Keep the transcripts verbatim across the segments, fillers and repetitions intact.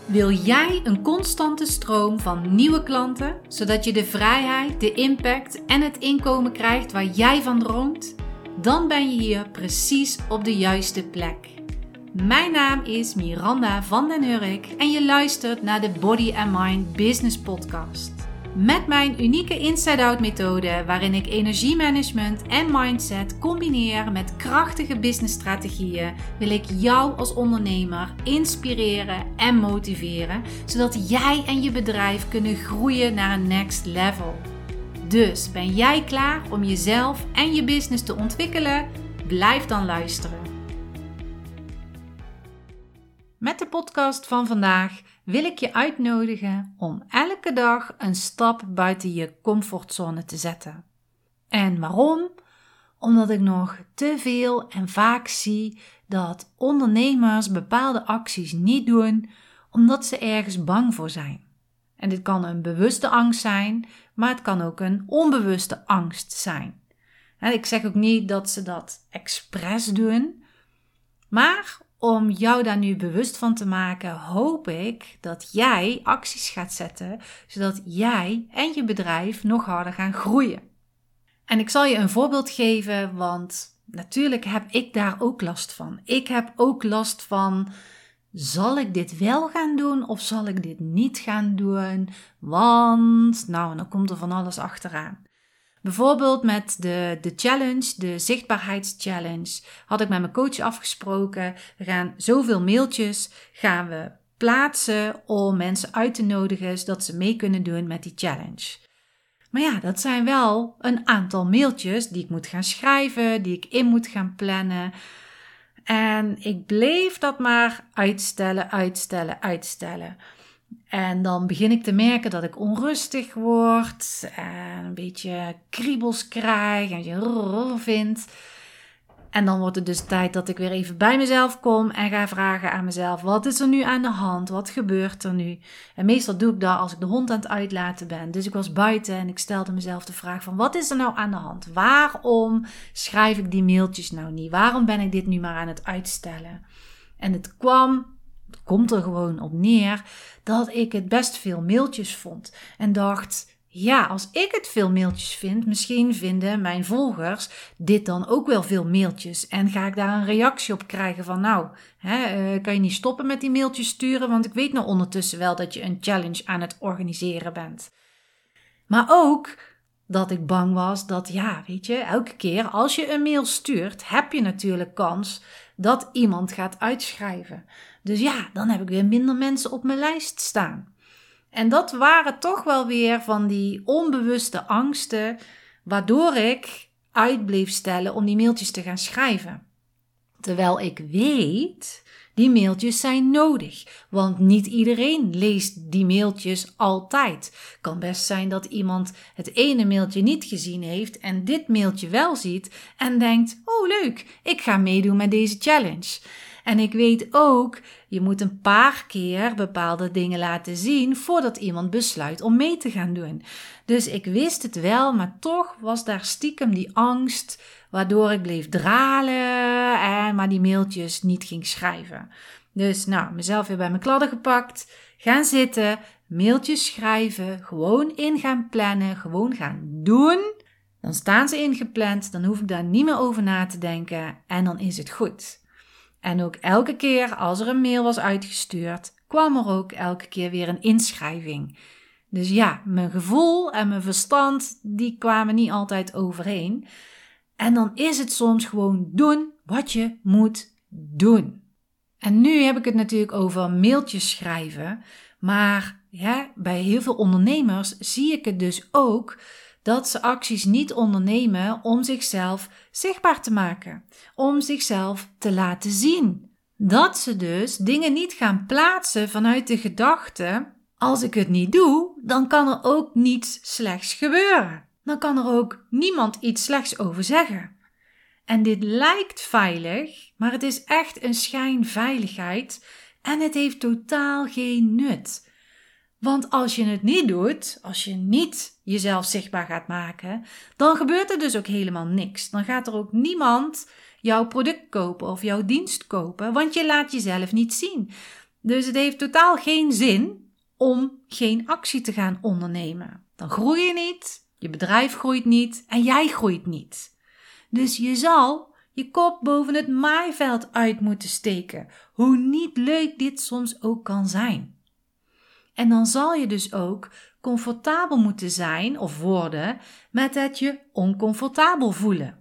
Wil jij een constante stroom van nieuwe klanten, zodat je de vrijheid, de impact en het inkomen krijgt waar jij van droomt? Dan ben je hier precies op de juiste plek. Mijn naam is Miranda van den Hurk en je luistert naar de Body and Mind Business Podcast. Met mijn unieke inside-out methode waarin ik energiemanagement en mindset combineer met krachtige businessstrategieën, wil ik jou als ondernemer inspireren en motiveren, zodat jij en je bedrijf kunnen groeien naar een next level. Dus ben jij klaar om jezelf en je business te ontwikkelen? Blijf dan luisteren. Met de podcast van vandaag wil ik je uitnodigen om elke dag een stap buiten je comfortzone te zetten. En waarom? Omdat ik nog te veel en vaak zie dat ondernemers bepaalde acties niet doen omdat ze ergens bang voor zijn. En dit kan een bewuste angst zijn, maar het kan ook een onbewuste angst zijn. En ik zeg ook niet dat ze dat expres doen, maar om jou daar nu bewust van te maken, hoop ik dat jij acties gaat zetten, zodat jij en je bedrijf nog harder gaan groeien. En ik zal je een voorbeeld geven, want natuurlijk heb ik daar ook last van. Ik heb ook last van, zal ik dit wel gaan doen of zal ik dit niet gaan doen? Want, nou, dan komt er van alles achteraan. Bijvoorbeeld met de, de challenge, de zichtbaarheidschallenge, had ik met mijn coach afgesproken. We gaan zoveel mailtjes gaan we plaatsen om mensen uit te nodigen, zodat ze mee kunnen doen met die challenge. Maar ja, dat zijn wel een aantal mailtjes die ik moet gaan schrijven, die ik in moet gaan plannen. En ik bleef dat maar uitstellen, uitstellen, uitstellen. En dan begin ik te merken dat ik onrustig word en een beetje kriebels krijg en een beetje rrr vind. En dan wordt het dus tijd dat ik weer even bij mezelf kom en ga vragen aan mezelf, wat is er nu aan de hand? Wat gebeurt er nu? En meestal doe ik dat als ik de hond aan het uitlaten ben. Dus ik was buiten en ik stelde mezelf de vraag van, wat is er nou aan de hand? Waarom schrijf ik die mailtjes nou niet? Waarom ben ik dit nu maar aan het uitstellen? En het kwam... Het komt er gewoon op neer dat ik het best veel mailtjes vond. En dacht, ja, als ik het veel mailtjes vind, misschien vinden mijn volgers dit dan ook wel veel mailtjes. En ga ik daar een reactie op krijgen van, nou, hè, uh, kan je niet stoppen met die mailtjes sturen? Want ik weet nou ondertussen wel dat je een challenge aan het organiseren bent. Maar ook dat ik bang was dat, ja, weet je, elke keer als je een mail stuurt, heb je natuurlijk kans dat iemand gaat uitschrijven. Dus ja, dan heb ik weer minder mensen op mijn lijst staan. En dat waren toch wel weer van die onbewuste angsten, waardoor ik uit bleef stellen om die mailtjes te gaan schrijven. Terwijl ik weet, die mailtjes zijn nodig, want niet iedereen leest die mailtjes altijd. Kan best zijn dat iemand het ene mailtje niet gezien heeft en dit mailtje wel ziet en denkt, oh leuk, ik ga meedoen met deze challenge. En ik weet ook, je moet een paar keer bepaalde dingen laten zien voordat iemand besluit om mee te gaan doen. Dus ik wist het wel, maar toch was daar stiekem die angst, waardoor ik bleef dralen en maar die mailtjes niet ging schrijven. Dus nou, mezelf weer bij mijn kladden gepakt, gaan zitten, mailtjes schrijven, gewoon in gaan plannen, gewoon gaan doen. Dan staan ze ingepland, dan hoef ik daar niet meer over na te denken en dan is het goed. En ook elke keer als er een mail was uitgestuurd, kwam er ook elke keer weer een inschrijving. Dus ja, mijn gevoel en mijn verstand, die kwamen niet altijd overeen. En dan is het soms gewoon doen wat je moet doen. En nu heb ik het natuurlijk over mailtjes schrijven. Maar ja, bij heel veel ondernemers zie ik het dus ook dat ze acties niet ondernemen om zichzelf zichtbaar te maken. Om zichzelf te laten zien. Dat ze dus dingen niet gaan plaatsen vanuit de gedachte, als ik het niet doe, dan kan er ook niets slechts gebeuren. Dan kan er ook niemand iets slechts over zeggen. En dit lijkt veilig, maar het is echt een schijnveiligheid en het heeft totaal geen nut. Want als je het niet doet, als je niet jezelf zichtbaar gaat maken, dan gebeurt er dus ook helemaal niks. Dan gaat er ook niemand jouw product kopen of jouw dienst kopen, want je laat jezelf niet zien. Dus het heeft totaal geen zin om geen actie te gaan ondernemen. Dan groei je niet, je bedrijf groeit niet en jij groeit niet. Dus je zal je kop boven het maaiveld uit moeten steken, hoe niet leuk dit soms ook kan zijn. En dan zal je dus ook comfortabel moeten zijn of worden met het je oncomfortabel voelen.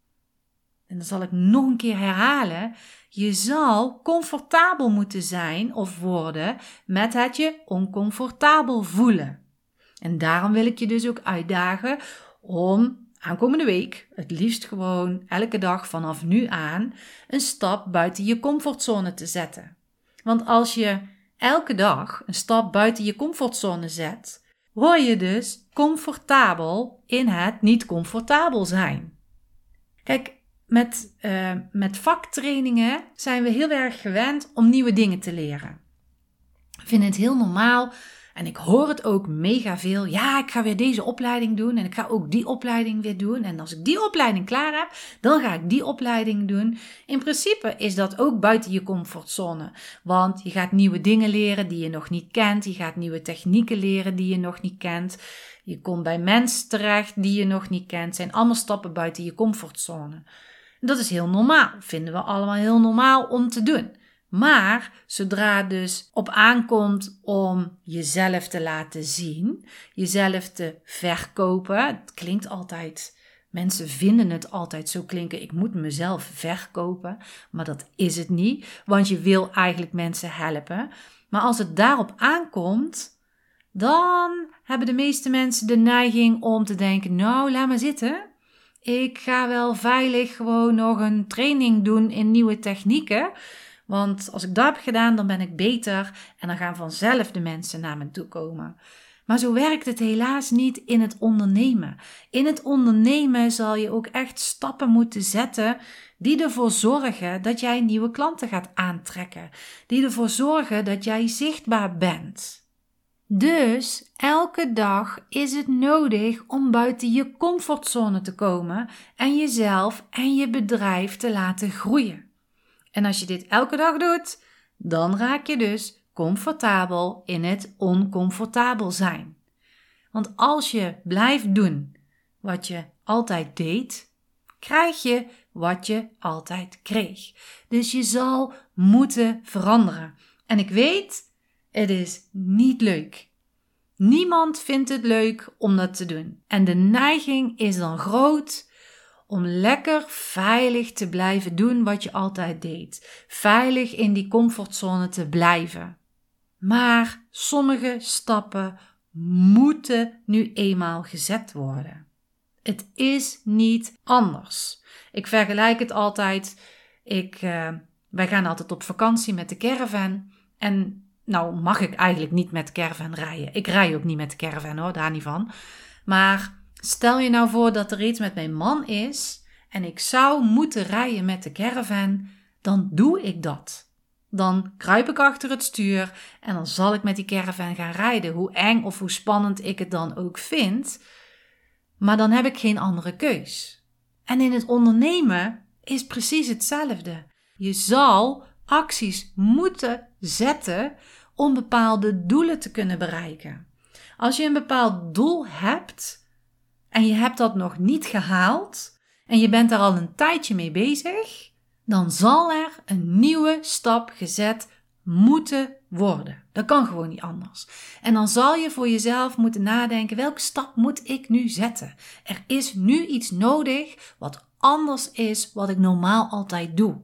En dan zal ik nog een keer herhalen. Je zal comfortabel moeten zijn of worden met het je oncomfortabel voelen. En daarom wil ik je dus ook uitdagen om aankomende week, het liefst gewoon elke dag vanaf nu aan, een stap buiten je comfortzone te zetten. Want als je elke dag een stap buiten je comfortzone zet, word je dus comfortabel in het niet comfortabel zijn. Kijk, met, uh, met vaktrainingen zijn we heel erg gewend om nieuwe dingen te leren. Ik vind het heel normaal en ik hoor het ook mega veel. Ja, ik ga weer deze opleiding doen en ik ga ook die opleiding weer doen. En als ik die opleiding klaar heb, dan ga ik die opleiding doen. In principe is dat ook buiten je comfortzone. Want je gaat nieuwe dingen leren die je nog niet kent. Je gaat nieuwe technieken leren die je nog niet kent. Je komt bij mensen terecht die je nog niet kent. Het zijn allemaal stappen buiten je comfortzone. Dat is heel normaal. Vinden we allemaal heel normaal om te doen. Maar zodra het dus op aankomt om jezelf te laten zien, jezelf te verkopen, het klinkt altijd, mensen vinden het altijd zo klinken, ik moet mezelf verkopen, maar dat is het niet, want je wil eigenlijk mensen helpen. Maar als het daarop aankomt, dan hebben de meeste mensen de neiging om te denken, nou laat maar zitten, ik ga wel veilig gewoon nog een training doen in nieuwe technieken. Want als ik dat heb gedaan, dan ben ik beter en dan gaan vanzelf de mensen naar me toe komen. Maar zo werkt het helaas niet in het ondernemen. In het ondernemen zal je ook echt stappen moeten zetten die ervoor zorgen dat jij nieuwe klanten gaat aantrekken. Die ervoor zorgen dat jij zichtbaar bent. Dus elke dag is het nodig om buiten je comfortzone te komen en jezelf en je bedrijf te laten groeien. En als je dit elke dag doet, dan raak je dus comfortabel in het oncomfortabel zijn. Want als je blijft doen wat je altijd deed, krijg je wat je altijd kreeg. Dus je zal moeten veranderen. En ik weet, het is niet leuk. Niemand vindt het leuk om dat te doen. En de neiging is dan groot om lekker veilig te blijven doen wat je altijd deed. Veilig in die comfortzone te blijven. Maar sommige stappen moeten nu eenmaal gezet worden. Het is niet anders. Ik vergelijk het altijd. Ik, uh, wij gaan altijd op vakantie met de caravan. En nou mag ik eigenlijk niet met de caravan rijden. Ik rij ook niet met de caravan hoor, daar niet van. Maar stel je nou voor dat er iets met mijn man is en ik zou moeten rijden met de caravan, dan doe ik dat. Dan kruip ik achter het stuur en dan zal ik met die caravan gaan rijden. Hoe eng of hoe spannend ik het dan ook vind. Maar dan heb ik geen andere keus. En in het ondernemen is precies hetzelfde. Je zal acties moeten zetten om bepaalde doelen te kunnen bereiken. Als je een bepaald doel hebt en je hebt dat nog niet gehaald en je bent daar al een tijdje mee bezig, dan zal er een nieuwe stap gezet moeten worden. Dat kan gewoon niet anders. En dan zal je voor jezelf moeten nadenken, welke stap moet ik nu zetten? Er is nu iets nodig wat anders is wat ik normaal altijd doe.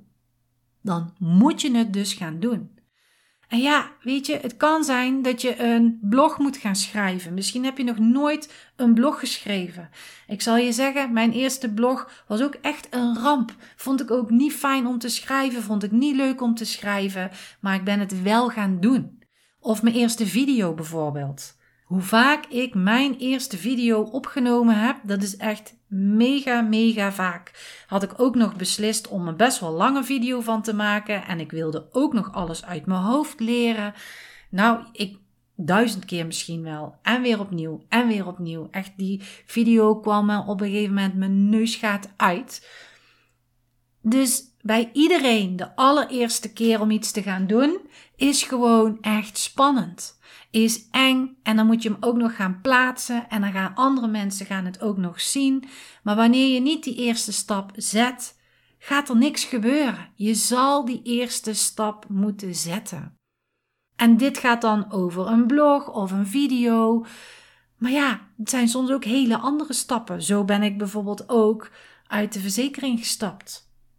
Dan moet je het dus gaan doen. En ja, weet je, het kan zijn dat je een blog moet gaan schrijven. Misschien heb je nog nooit een blog geschreven. Ik zal je zeggen, mijn eerste blog was ook echt een ramp. Vond ik ook niet fijn om te schrijven, vond ik niet leuk om te schrijven, maar ik ben het wel gaan doen. Of mijn eerste video bijvoorbeeld. Hoe vaak ik mijn eerste video opgenomen heb, dat is echt mega, mega vaak. Had ik ook nog beslist om een best wel lange video van te maken. En ik wilde ook nog alles uit mijn hoofd leren. Nou, ik duizend keer misschien wel. En weer opnieuw, en weer opnieuw. Echt, die video kwam me op een gegeven moment mijn neusgaat uit. Dus bij iedereen de allereerste keer om iets te gaan doen, is gewoon echt spannend. Is eng en dan moet je hem ook nog gaan plaatsen en dan gaan andere mensen gaan het ook nog zien. Maar wanneer je niet die eerste stap zet, gaat er niks gebeuren. Je zal die eerste stap moeten zetten. En dit gaat dan over een blog of een video. Maar ja, het zijn soms ook hele andere stappen. Zo ben ik bijvoorbeeld ook uit de verzekering gestapt.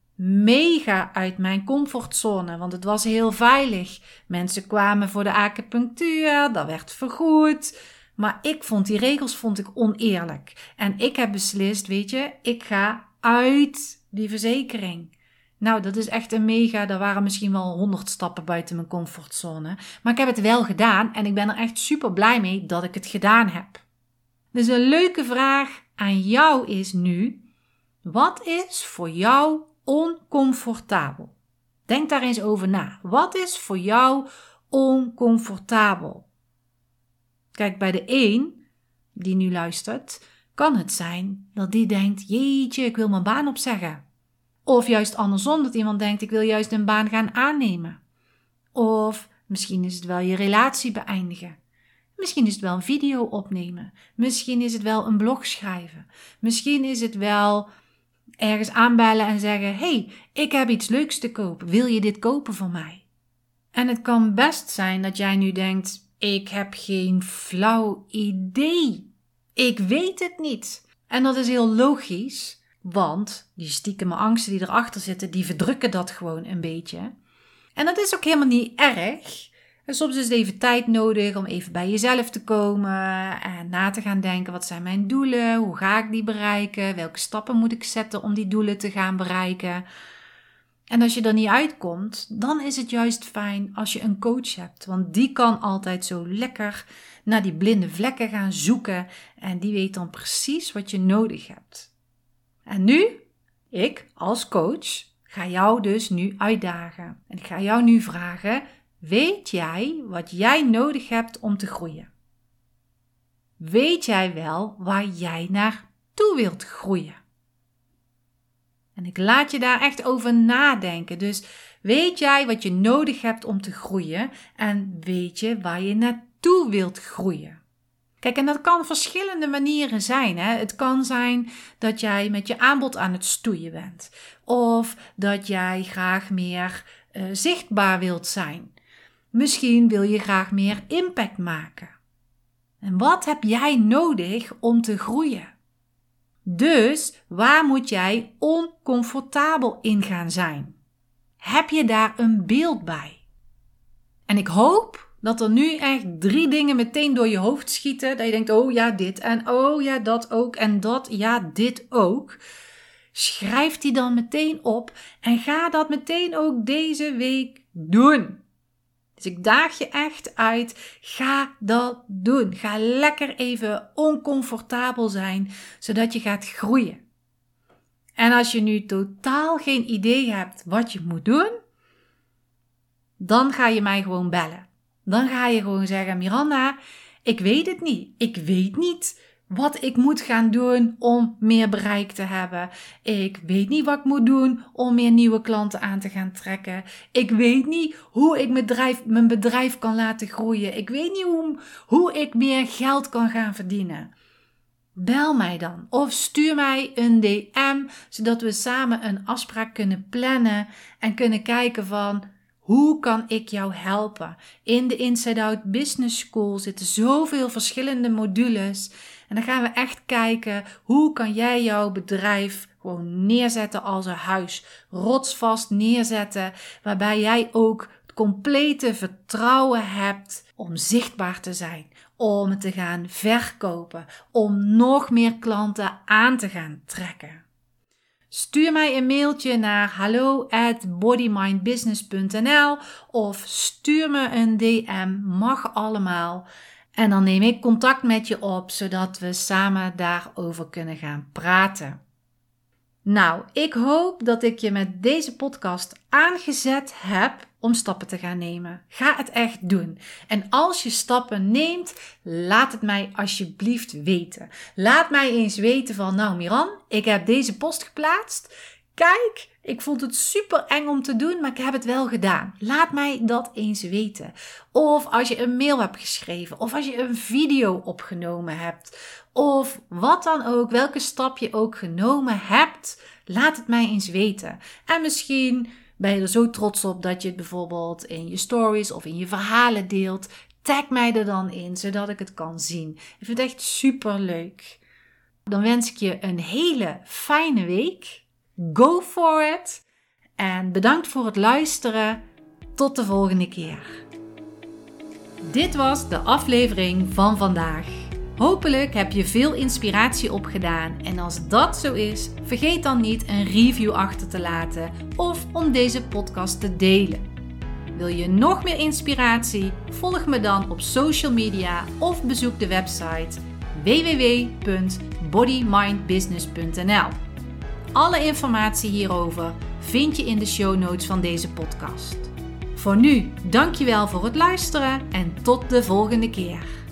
Mega uit mijn comfortzone, want het was heel veilig. Mensen kwamen voor de acupunctuur, dat werd vergoed. Maar ik vond die regels vond ik oneerlijk. En ik heb beslist, weet je, ik ga uit die verzekering. Nou, dat is echt een mega, daar waren misschien wel honderd stappen buiten mijn comfortzone. Maar ik heb het wel gedaan en ik ben er echt super blij mee dat ik het gedaan heb. Dus een leuke vraag aan jou is nu, wat is voor jou oncomfortabel? Denk daar eens over na. Wat is voor jou oncomfortabel? Kijk, bij de een die nu luistert, kan het zijn dat die denkt, jeetje, ik wil mijn baan opzeggen. Of juist andersom, dat iemand denkt, ik wil juist een baan gaan aannemen. Of misschien is het wel je relatie beëindigen. Misschien is het wel een video opnemen. Misschien is het wel een blog schrijven. Misschien is het wel ergens aanbellen en zeggen, hey, ik heb iets leuks te kopen. Wil je dit kopen voor mij? En het kan best zijn dat jij nu denkt, ik heb geen flauw idee. Ik weet het niet. En dat is heel logisch, want die stiekeme angsten die erachter zitten, die verdrukken dat gewoon een beetje. En dat is ook helemaal niet erg. En soms is het even tijd nodig om even bij jezelf te komen en na te gaan denken, wat zijn mijn doelen? Hoe ga ik die bereiken? Welke stappen moet ik zetten om die doelen te gaan bereiken? En als je er niet uitkomt, dan is het juist fijn als je een coach hebt. Want die kan altijd zo lekker naar die blinde vlekken gaan zoeken en die weet dan precies wat je nodig hebt. En nu, ik als coach, ga jou dus nu uitdagen. En ik ga jou nu vragen, weet jij wat jij nodig hebt om te groeien? Weet jij wel waar jij naartoe wilt groeien? En ik laat je daar echt over nadenken. Dus weet jij wat je nodig hebt om te groeien? En weet je waar je naartoe wilt groeien? Kijk, en dat kan verschillende manieren zijn. Hè? Het kan zijn dat jij met je aanbod aan het stoeien bent. Of dat jij graag meer uh, zichtbaar wilt zijn. Misschien wil je graag meer impact maken. En wat heb jij nodig om te groeien? Dus waar moet jij oncomfortabel in gaan zijn? Heb je daar een beeld bij? En ik hoop dat er nu echt drie dingen meteen door je hoofd schieten. Dat je denkt, oh ja, dit en oh ja, dat ook en dat, ja, dit ook. Schrijf die dan meteen op en ga dat meteen ook deze week doen. Dus ik daag je echt uit, ga dat doen. Ga lekker even oncomfortabel zijn, zodat je gaat groeien. En als je nu totaal geen idee hebt wat je moet doen, dan ga je mij gewoon bellen. Dan ga je gewoon zeggen, Miranda, ik weet het niet. Ik weet niet wat ik moet gaan doen om meer bereik te hebben. Ik weet niet wat ik moet doen om meer nieuwe klanten aan te gaan trekken. Ik weet niet hoe ik mijn bedrijf, mijn bedrijf kan laten groeien. Ik weet niet hoe, hoe ik meer geld kan gaan verdienen. Bel mij dan of stuur mij een D M, zodat we samen een afspraak kunnen plannen en kunnen kijken van, hoe kan ik jou helpen? In de Inside Out Business School zitten zoveel verschillende modules. En dan gaan we echt kijken, hoe kan jij jouw bedrijf gewoon neerzetten als een huis. Rotsvast neerzetten, waarbij jij ook het complete vertrouwen hebt om zichtbaar te zijn. Om te gaan verkopen, om nog meer klanten aan te gaan trekken. Stuur mij een mailtje naar hallo at bodymindbusiness punt n l of stuur me een D M, mag allemaal. En dan neem ik contact met je op, zodat we samen daarover kunnen gaan praten. Nou, ik hoop dat ik je met deze podcast aangezet heb om stappen te gaan nemen. Ga het echt doen. En als je stappen neemt, laat het mij alsjeblieft weten. Laat mij eens weten van, nou Miran, ik heb deze post geplaatst. Kijk, Ik vond het super eng om te doen, maar ik heb het wel gedaan. Laat mij dat eens weten. Of als je een mail hebt geschreven. Of als je een video opgenomen hebt. Of wat dan ook, welke stap je ook genomen hebt. Laat het mij eens weten. En misschien ben je er zo trots op dat je het bijvoorbeeld in je stories of in je verhalen deelt. Tag mij er dan in, zodat ik het kan zien. Ik vind het echt super leuk. Dan wens ik je een hele fijne week. Go for it. En bedankt voor het luisteren. Tot de volgende keer. Dit was de aflevering van vandaag. Hopelijk heb je veel inspiratie opgedaan. En als dat zo is, vergeet dan niet een review achter te laten of om deze podcast te delen. Wil je nog meer inspiratie? Volg me dan op social media of bezoek de website w w w punt body mind business punt n l. Alle informatie hierover vind je in de show notes van deze podcast. Voor nu, dankjewel voor het luisteren en tot de volgende keer.